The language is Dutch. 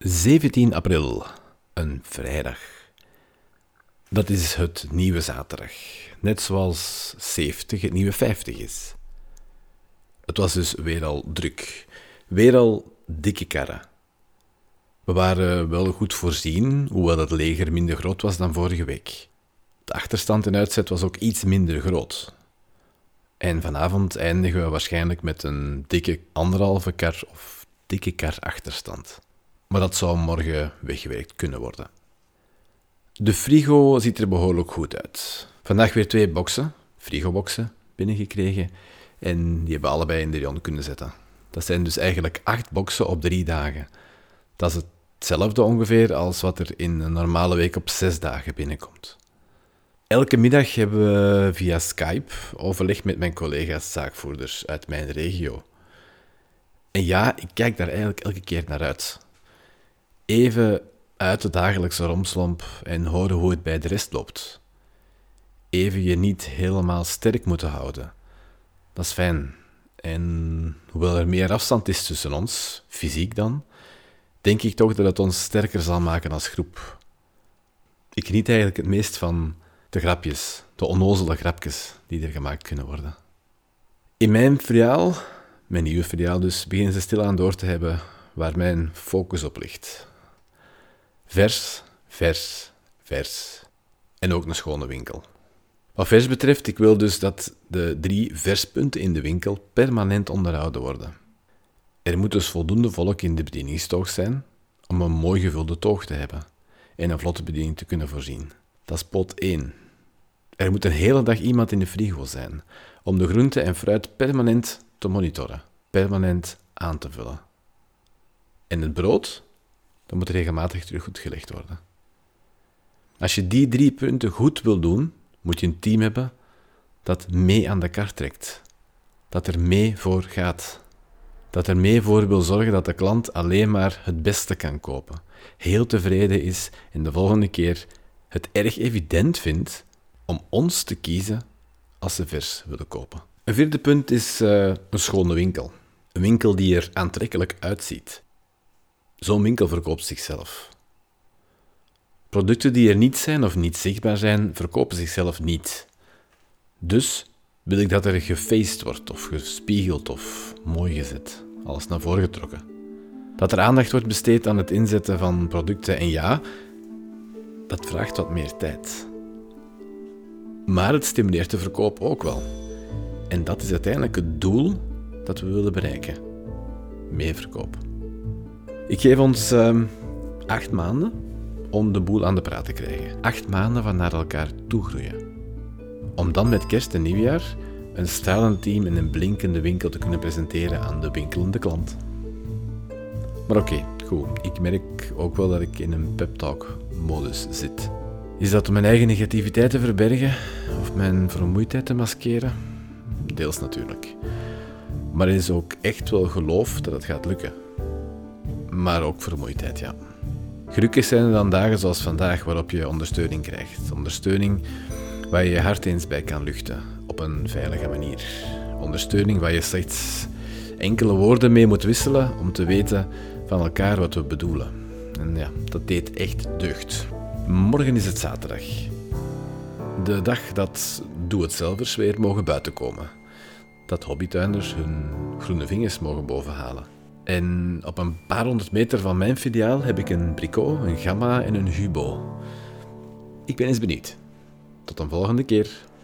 17 april, een vrijdag. Dat is het nieuwe zaterdag. Net zoals 70 het nieuwe 50 is. Het was dus weer al druk. Weer al dikke karren. We waren wel goed voorzien, hoewel het leger minder groot was dan vorige week. De achterstand in uitzet was ook iets minder groot. En vanavond eindigen we waarschijnlijk met een dikke 1,5 kar of dikke kar achterstand. Maar dat zou morgen weggewerkt kunnen worden. De frigo ziet er behoorlijk goed uit. Vandaag weer 2 frigoboxen, binnengekregen. En die hebben allebei in de rion kunnen zetten. Dat zijn dus eigenlijk 8 boxen op 3 dagen. Dat is hetzelfde ongeveer als wat er in een normale week op 6 dagen binnenkomt. Elke middag hebben we via Skype overleg met mijn collega's zaakvoerders uit mijn regio. En ja, ik kijk daar eigenlijk elke keer naar uit. Even uit de dagelijkse romslomp en horen hoe het bij de rest loopt. Even je niet helemaal sterk moeten houden. Dat is fijn. En hoewel er meer afstand is tussen ons, fysiek dan, denk ik toch dat het ons sterker zal maken als groep. Ik geniet eigenlijk het meest van de grapjes, de onnozele grapjes die er gemaakt kunnen worden. In mijn filiaal, mijn nieuwe filiaal dus, beginnen ze stilaan door te hebben waar mijn focus op ligt. Vers, vers, vers. En ook een schone winkel. Wat vers betreft, ik wil dus dat de 3 verspunten in de winkel permanent onderhouden worden. Er moet dus voldoende volk in de bedieningstoog zijn om een mooi gevulde toog te hebben en een vlotte bediening te kunnen voorzien. Dat is pot 1. Er moet een hele dag iemand in de frigo zijn om de groente en fruit permanent te monitoren, permanent aan te vullen. En het brood, dat moet regelmatig terug goed gelegd worden. Als je die 3 punten goed wil doen, moet je een team hebben dat mee aan de kar trekt. Dat er mee voor gaat. Dat er mee voor wil zorgen dat de klant alleen maar het beste kan kopen. Heel tevreden is en de volgende keer het erg evident vindt om ons te kiezen als ze vers willen kopen. Een 4e punt is een schone winkel. Een winkel die er aantrekkelijk uitziet. Zo'n winkel verkoopt zichzelf. Producten die er niet zijn of niet zichtbaar zijn, verkopen zichzelf niet. Dus wil ik dat er gefaced wordt of gespiegeld of mooi gezet, alles naar voren getrokken. Dat er aandacht wordt besteed aan het inzetten van producten en ja, dat vraagt wat meer tijd. Maar het stimuleert de verkoop ook wel. En dat is uiteindelijk het doel dat we willen bereiken. Meer verkoop. Ik geef ons 8 maanden om de boel aan de praat te krijgen. 8 maanden van naar elkaar toe groeien. Om dan met kerst en nieuwjaar een stralend team en een blinkende winkel te kunnen presenteren aan de winkelende klant. Maar oké, goed. Ik merk ook wel dat ik in een pep-talk-modus zit. Is dat om mijn eigen negativiteit te verbergen of mijn vermoeidheid te maskeren? Deels natuurlijk. Maar er is ook echt wel geloof dat het gaat lukken. Maar ook vermoeidheid, ja. Gelukkig zijn er dan dagen zoals vandaag waarop je ondersteuning krijgt. Ondersteuning waar je je hart eens bij kan luchten, op een veilige manier. Ondersteuning waar je slechts enkele woorden mee moet wisselen om te weten van elkaar wat we bedoelen. En ja, dat deed echt deugd. Morgen is het zaterdag. De dag dat doe-het-zelvers weer mogen buitenkomen. Dat hobbytuinders hun groene vingers mogen bovenhalen. En op een paar 100 meter van mijn filiaal heb ik een Brico, een Gamma en een Hubo. Ik ben eens benieuwd. Tot een volgende keer.